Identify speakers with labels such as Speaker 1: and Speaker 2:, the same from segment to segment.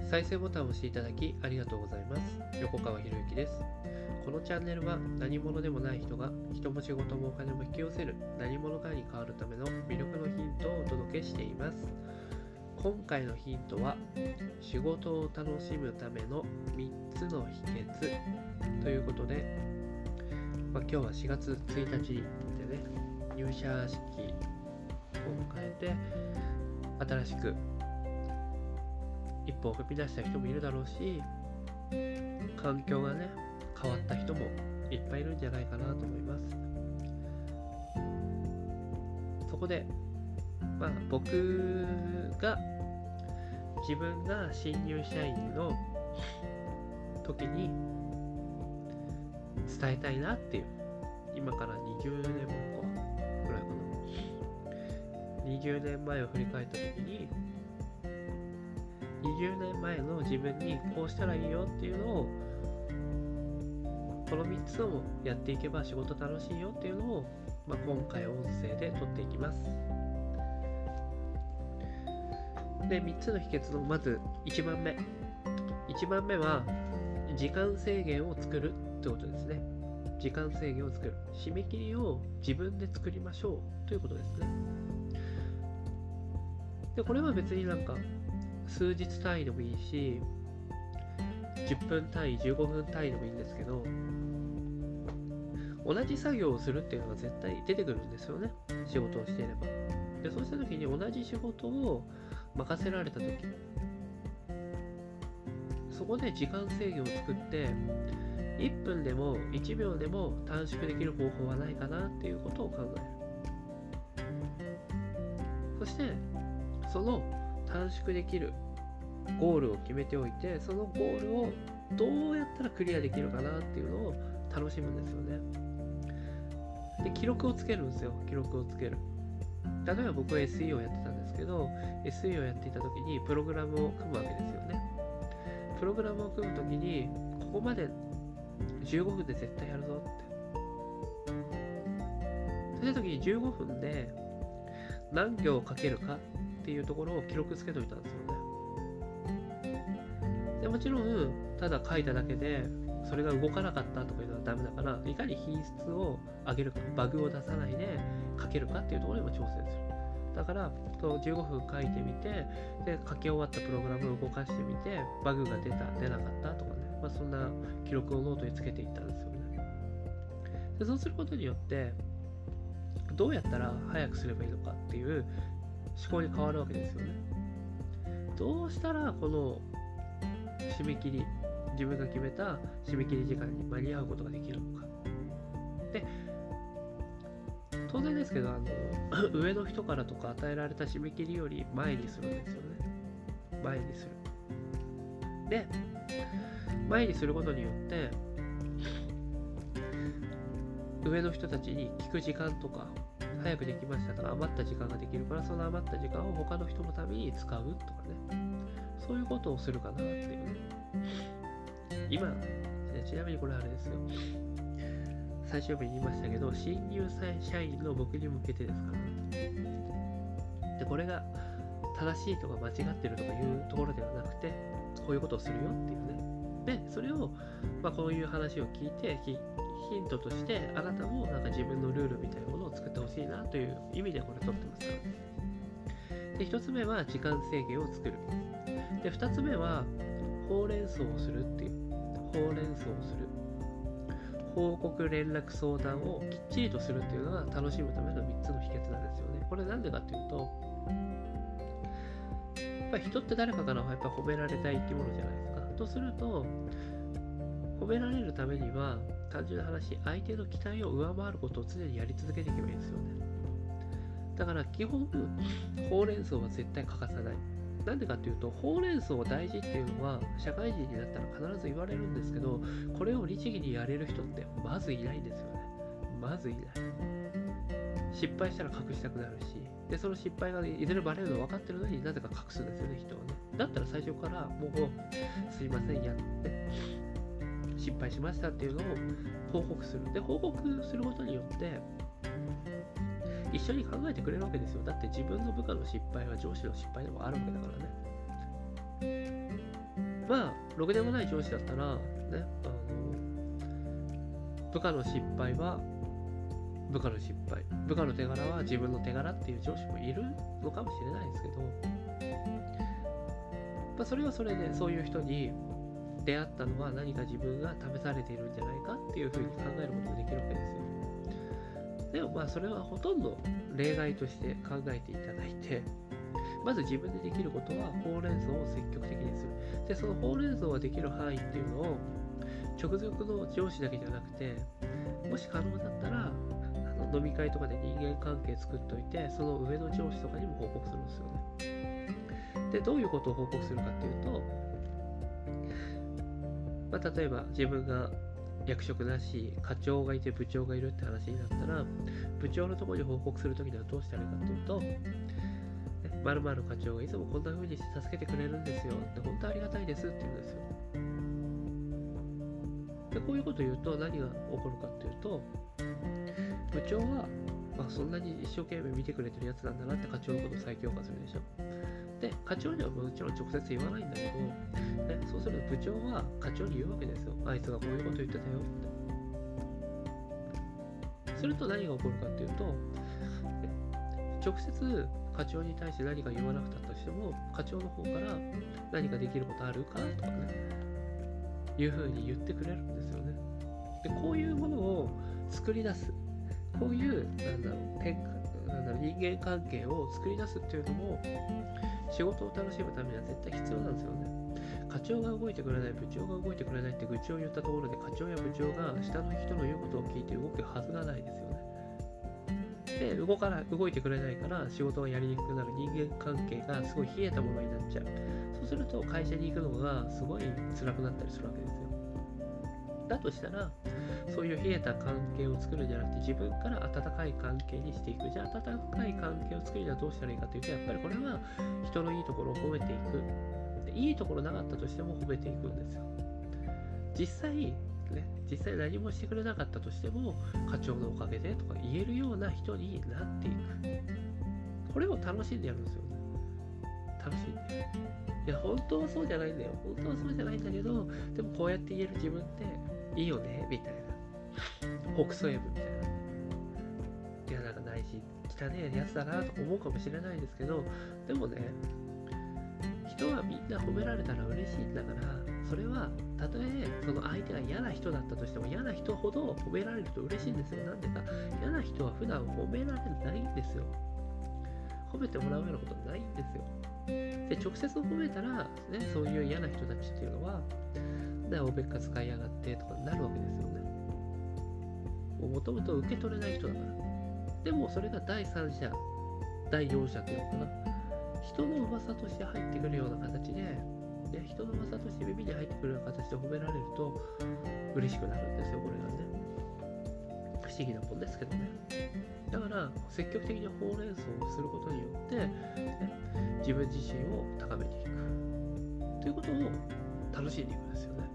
Speaker 1: 再生ボタンを押していただきありがとうございます。横川博之です。このチャンネルは何者でもない人が人も仕事もお金も引き寄せる何者かに変わるための魅力のヒントをお届けしています。今回のヒントは仕事を楽しむための3つの秘訣ということで、今日は4月1日でね、入社式を迎えて新しく一歩を踏み出した人もいるだろうし、環境がね変わった人もいっぱいいるんじゃないかなと思います。そこで僕が自分が新入社員の時に伝えたいなっていう、今から20年前くらいかな、20年前を振り返った時に20年前の自分にこうしたらいいよっていうのを、この3つをやっていけば仕事楽しいよっていうのを、今回音声で撮っていきます。で、3つの秘訣のまず1番目は時間制限を作るってことですね。時間制限を作る、締め切りを自分で作りましょうということですね。で、これは別に数日単位でもいいし、10分単位、15分単位でもいいんですけど、同じ作業をするっていうのが絶対出てくるんですよね、仕事をしていれば。で、そうした時に同じ仕事を任せられた時、そこで時間制限を作って1分でも1秒でも短縮できる方法はないかなっていうことを考える。そしてその短縮できるゴールを決めておいて、そのゴールをどうやったらクリアできるかなっていうのを楽しむんですよね。で、記録をつけるんですよ。例えば僕は SE をやってたんですけど、 SE をやっていた時にプログラムを組むわけですよね。プログラムを組む時にここまで15分で絶対やるぞって、そうした時に15分で何行書けるかっていうところを記録つけておいたんですよね。で、もちろんただ書いただけでそれが動かなかったとかいうのはダメだから、いかに品質を上げるか、バグを出さないで書けるかっていうところにも挑戦する。だから15分書いてみて、で書き終わったプログラムを動かしてみて、バグが出なかったとかね、そんな記録をノートにつけていったんですよね。で、そうすることによってどうやったら早くすればいいのかっていう思考に変わるわけですよね。どうしたらこの締め切り、自分が決めた締め切り時間に間に合うことができるのか。で、当然ですけど、上の人からとか与えられた締め切りより前にするんですよね。前にする。で、前にすることによって上の人たちに聞く時間とか、早くできましたとか余った時間ができるから、その余った時間を他の人のために使うとかね、そういうことをするかなっていうね。今ちなみにこれあれですよ、最初に言いましたけど、新入社員の僕に向けてですからね。で、これが正しいとか間違ってるとかいうところではなくて、こういうことをするよっていうね。で、それをこういう話を聞いてヒントとして、あなたも自分のルールみたいなものを作ってほしいなという意味でこれ取ってますからね。で、1つ目は時間制限を作る。で、2つ目はほうれん草をするっていう。報告、連絡、相談をきっちりとするっていうのが楽しむための3つの秘訣なんですよね。これなんでかっていうと、やっぱり人って誰かから褒められたい生き物じゃないですか。とすると、褒められるためには単純な話、相手の期待を上回ることを常にやり続けていけばいいんですよね。だから基本、ほうれん草は絶対欠かさない。なんでかっていうと、ほうれん草大事っていうのは社会人になったら必ず言われるんですけど、これを律儀にやれる人ってまずいないんですよね。まずいない。失敗したら隠したくなるし、でその失敗がいずれバレるの分かってるのになぜか隠すんですよね、人はね。だったら最初からもうすいませんやって失敗しましたっていうのを報告する。で、報告することによって一緒に考えてくれるわけですよ。だって自分の部下の失敗は上司の失敗でもあるわけだからね。 まあろくでもない上司だったらね、部下の失敗は部下の失敗、部下の手柄は自分の手柄っていう上司もいるのかもしれないですけど、それはそれでそういう人に出会ったのは何か自分が試されているんじゃないかっていうふうに考えることができるわけですよ。でもそれはほとんど例外として考えていただいて、まず自分でできることはほうれん草を積極的にする。で、そのほうれん草ができる範囲っていうのを直属の上司だけじゃなくて、もし可能だったら飲み会とかで人間関係作っといて、その上の上司とかにも報告するんですよね。で、どういうことを報告するかっていうと、例えば自分が役職だし、課長がいて部長がいるって話になったら、部長のところに報告するときにはどうしたらいいかっていうと、〇〇課長がいつもこんな風にして助けてくれるんですよって、本当ありがたいですって言うんですよ。で、こういうことを言うと何が起こるかっていうと、部長は、そんなに一生懸命見てくれてるやつなんだなって課長のことを再評価するでしょ。で、課長にはもちろん直接言わないんだけど、そうすると部長は課長に言うわけですよ。あいつがこういうこと言ってたよって。すると何が起こるかっていうと、直接課長に対して何か言わなくたとしても、課長の方から何かできることあるかとかね、いうふうに言ってくれるんですよね。で、こういうものを作り出す、こういう人間関係を作り出すっていうのも、仕事を楽しむためには絶対必要なんですよね。課長が動いてくれない、部長が動いてくれないって愚痴を言ったところで、課長や部長が下の人の言うことを聞いて動くはずがないですよね。で、動いてくれないから仕事がやりにくくなる、人間関係がすごい冷えたものになっちゃう。そうすると会社に行くのがすごい辛くなったりするわけですよ。だとしたら、そういう冷えた関係を作るんじゃなくて、自分から温かい関係にしていく。じゃあ温かい関係を作るにはどうしたらいいかというと、やっぱりこれは人のいいところを褒めていく。で、いいところなかったとしても褒めていくんですよ。実際何もしてくれなかったとしても、課長のおかげでとか言えるような人になっていく。これを楽しんでやるんですよね。楽しんで。いや、本当はそうじゃないんだよ。本当はそうじゃないんだけど、でもこうやって言える自分っていいよね、みたいな。北総 M みたいな。いや、なんか内心汚ねえやつだなとか思うかもしれないですけど、でもね、人はみんな褒められたら嬉しいんだから、それはたとえその相手が嫌な人だったとしても、嫌な人ほど褒められると嬉しいんですよ。なんでか、嫌な人は普段褒められないんですよ。褒めてもらうようなことないんですよ。で、直接褒めたら、そういう嫌な人たちっていうのは、おべっか使いやがってとかになるわけですよね。もともと受け取れない人だから。でもそれが第三者、第四者というのかな。人の噂として入ってくるような形で、人の噂として耳に入ってくるような形で褒められると嬉しくなるんですよ、これがね。不思議なもんですけどね。だから積極的にほうれん草をすることによって、自分自身を高めていくということを楽しんでいくんですよね。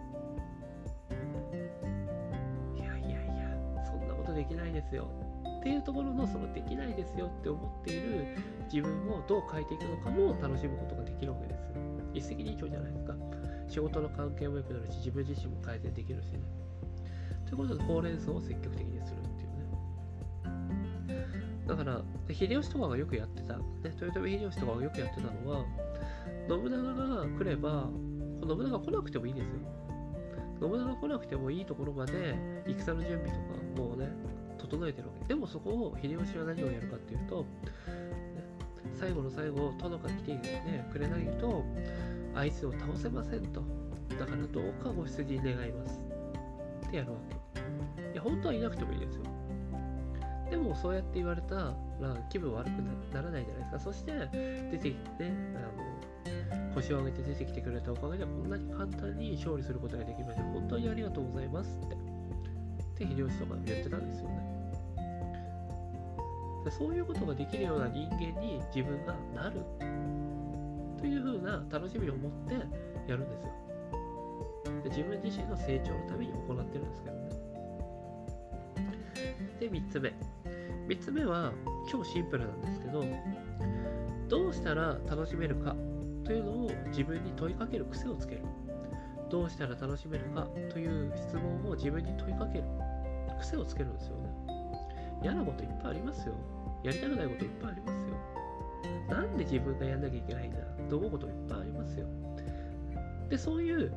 Speaker 1: いや、そんなことできないですよっていうところの、そのできないですよって思っている自分をどう変えていくのかも楽しむことができるわけですよ。一石二鳥じゃないですか。仕事の関係も良くなるし、自分自身も改善できるしね。ということで、ほうれん草を積極的にするっていうね。だから、秀吉とかがよくやってた、豊臣秀吉とかがよくやってたのは、信長が来れば、信長来なくてもいいんですよ。信長来なくてもいいところまで、戦の準備とかもうね、整えてるわけ。でもそこを秀吉は何をやるかっていうと、最後の最後、殿が来てくれないと、あいつを倒せませんと。だからどうかご出陣願います。ってやるわけ。いや、本当はいなくてもいいですよ。でもそうやって言われたら気分悪くならないじゃないですか。そして出てきて、腰を上げて出てきてくれたおかげでこんなに簡単に勝利することができました。本当にありがとうございますって秀吉とか言ってたんですよね。そういうことができるような人間に自分がなるという風な楽しみを持ってやるんですよ。で、自分自身の成長のために行ってるんですけどね。で、3つ目は超シンプルなんですけど、どうしたら楽しめるかとというのを自分に問いかける癖をつける。どうしたら楽しめるかという質問を自分に問いかける癖をつけるんですよね。嫌なこといっぱいありますよ。やりたくないこといっぱいありますよ。なんで自分がやんなきゃいけないんだと思うこといっぱいありますよ。で、そういう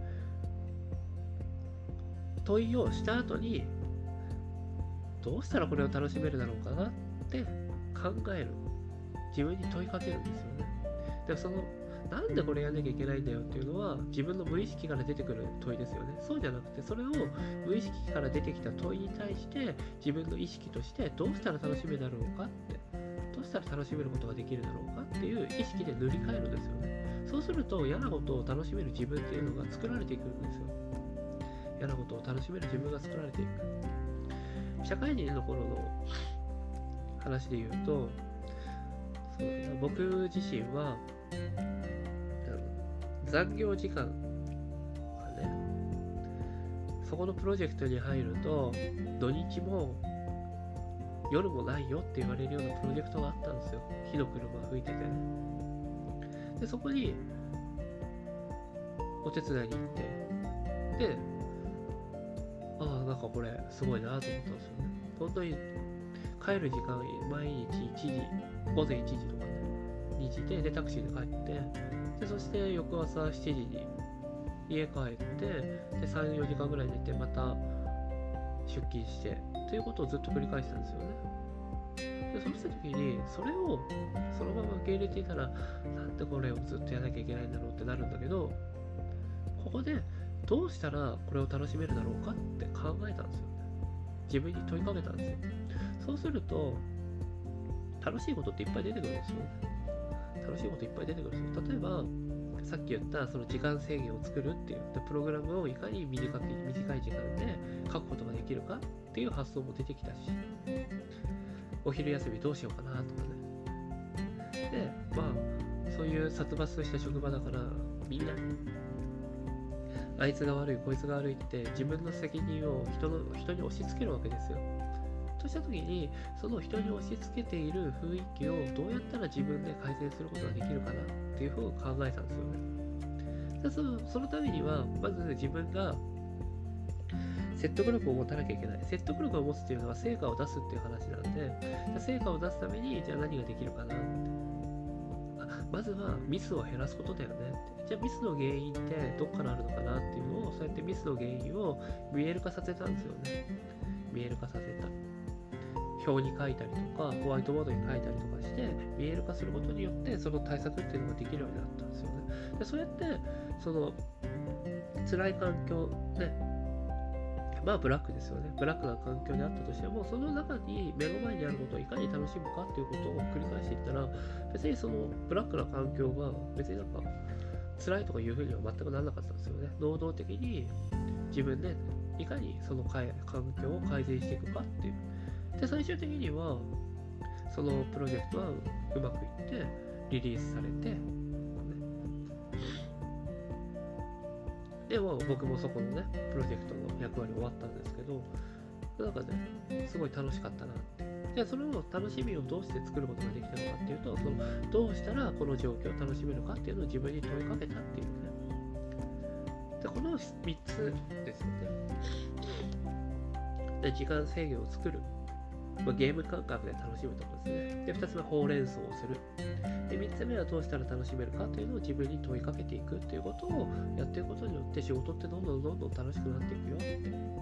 Speaker 1: 問いをした後に、どうしたらこれを楽しめるだろうかなって考える。自分に問いかけるんですよね。でもなんでこれやんなきゃいけないんだよっていうのは自分の無意識から出てくる問いですよね。そうじゃなくて、それを無意識から出てきた問いに対して自分の意識としてどうしたら楽しめるだろうかって、どうしたら楽しめることができるだろうかっていう意識で塗り替えるんですよね。そうすると嫌なことを楽しめる自分っていうのが作られていくんですよ。嫌なことを楽しめる自分が作られていく。社会人の頃の話で言うと、僕自身は残業時間がね、そこのプロジェクトに入ると土日も夜もないよって言われるようなプロジェクトがあったんですよ。火の車が吹いててね。で、そこにお手伝いに行って、で、なんかこれすごいなと思ったんですよね。本当に帰る時間毎日1時、午前1時とかね、2時でタクシーで帰って、でそして翌朝7時に家帰って、で3、4時間ぐらい寝てまた出勤してということをずっと繰り返したんですよね。でそうした時にそれをそのまま受け入れていたら、なんでこれをずっとやらなきゃいけないんだろうってなるんだけど、ここでどうしたらこれを楽しめるだろうかって考えたんですよね。自分に問いかけたんですよ。そうすると楽しいことっていっぱい出てくるんですよね。楽しいこといっぱい出てくるんですよ。例えばさっき言ったその時間制限を作るっていうプログラムをいかに短い時間で書くことができるかっていう発想も出てきたし、お昼休みどうしようかなとかね。で、そういう殺伐とした職場だから、みんなあいつが悪いこいつが悪いって自分の責任を人に押し付けるわけですよ。とした時に、その人に押し付けている雰囲気をどうやったら自分で改善することができるかなっていうふうに考えたんですよね。でそのためにはまず自分が説得力を持たなきゃいけない。説得力を持つっていうのは成果を出すっていう話なんで、成果を出すためにじゃあ何ができるかなって、まずはミスを減らすことだよねって。じゃあミスの原因ってどっからあるのかなっていうのを、そうやってミスの原因を見える化させたんですよね。見える化させた。表に書いたりとかホワイトボードに書いたりとかして見える化することによって、その対策っていうのができるようになったんですよね。でそうやってその辛い環境ね、ブラックですよね。ブラックな環境であったとしても、その中に目の前にあることをいかに楽しむかっていうことを繰り返していったら、別にそのブラックな環境が別になんか辛いとかいうふうには全くならなかったんですよね。能動的に自分でいかにその環境を改善していくかっていう。で最終的にはそのプロジェクトはうまくいってリリースされて、でも僕もそこのねプロジェクトの役割終わったんですけど、なんかねすごい楽しかったなって。じゃあその楽しみをどうして作ることができたのかっていうと、どうしたらこの状況を楽しめるかっていうのを自分に問いかけたっていうね。でこの3つですよね。で時間制限を作る。ゲーム感覚で楽しむところですね。で、2つ目はほうれん草をする。で、3つ目はどうしたら楽しめるかというのを自分に問いかけていくということをやっていくことによって、仕事ってどんどん楽しくなっていくよって。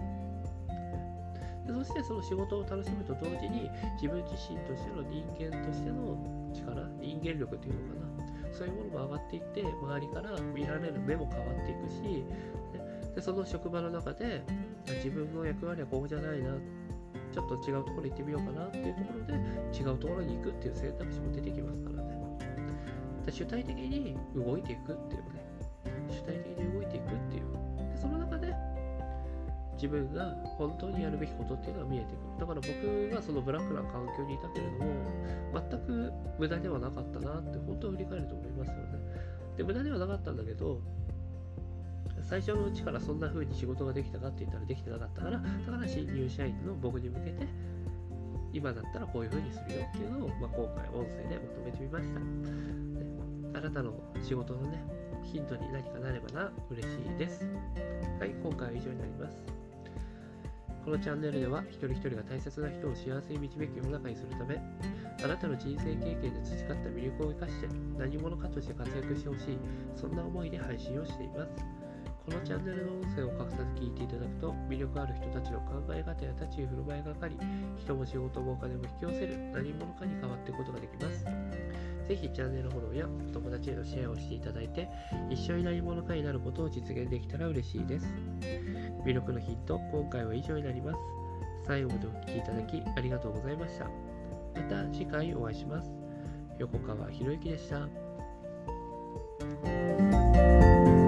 Speaker 1: でそしてその仕事を楽しむと同時に、自分自身としての人間としての力、人間力というのかな。そういうものも上がっていって、周りから見られる目も変わっていくし、でその職場の中で、自分の役割はここじゃないな。ちょっと違うところに行ってみようかなっていうところで違うところに行くっていう選択肢も出てきますからね。で主体的に動いていくっていうね。主体的に動いていくっていう。でその中で自分が本当にやるべきことっていうのが見えてくる。だから僕がそのブラックな環境にいたけれども、全く無駄ではなかったなって本当に振り返ると思いますよね。で、無駄ではなかったんだけど、最初のうちからそんな風に仕事ができたかって言ったらできてなかったから、だから新入社員の僕に向けて今だったらこういう風にするよっていうのを、今回音声でまとめてみました。 あなたの仕事のね、ヒントに何かなればな、嬉しいです。はい、今回は以上になります。このチャンネルでは一人一人が大切な人を幸せに導く世の中にするため、あなたの人生経験で培った魅力を生かして何者かとして活躍してほしい、そんな思いで配信をしています。このチャンネルの音声を隠さず聞いていただくと、魅力ある人たちの考え方や立ち居振る舞いが分かり、人も仕事もお金も引き寄せる何者かに変わっていくことができます。ぜひチャンネルフォローやお友達へのシェアをしていただいて、一緒に何者かになることを実現できたら嬉しいです。魅力のヒント、今回は以上になります。最後までお聞きいただきありがとうございました。また次回お会いします。横川博之でした。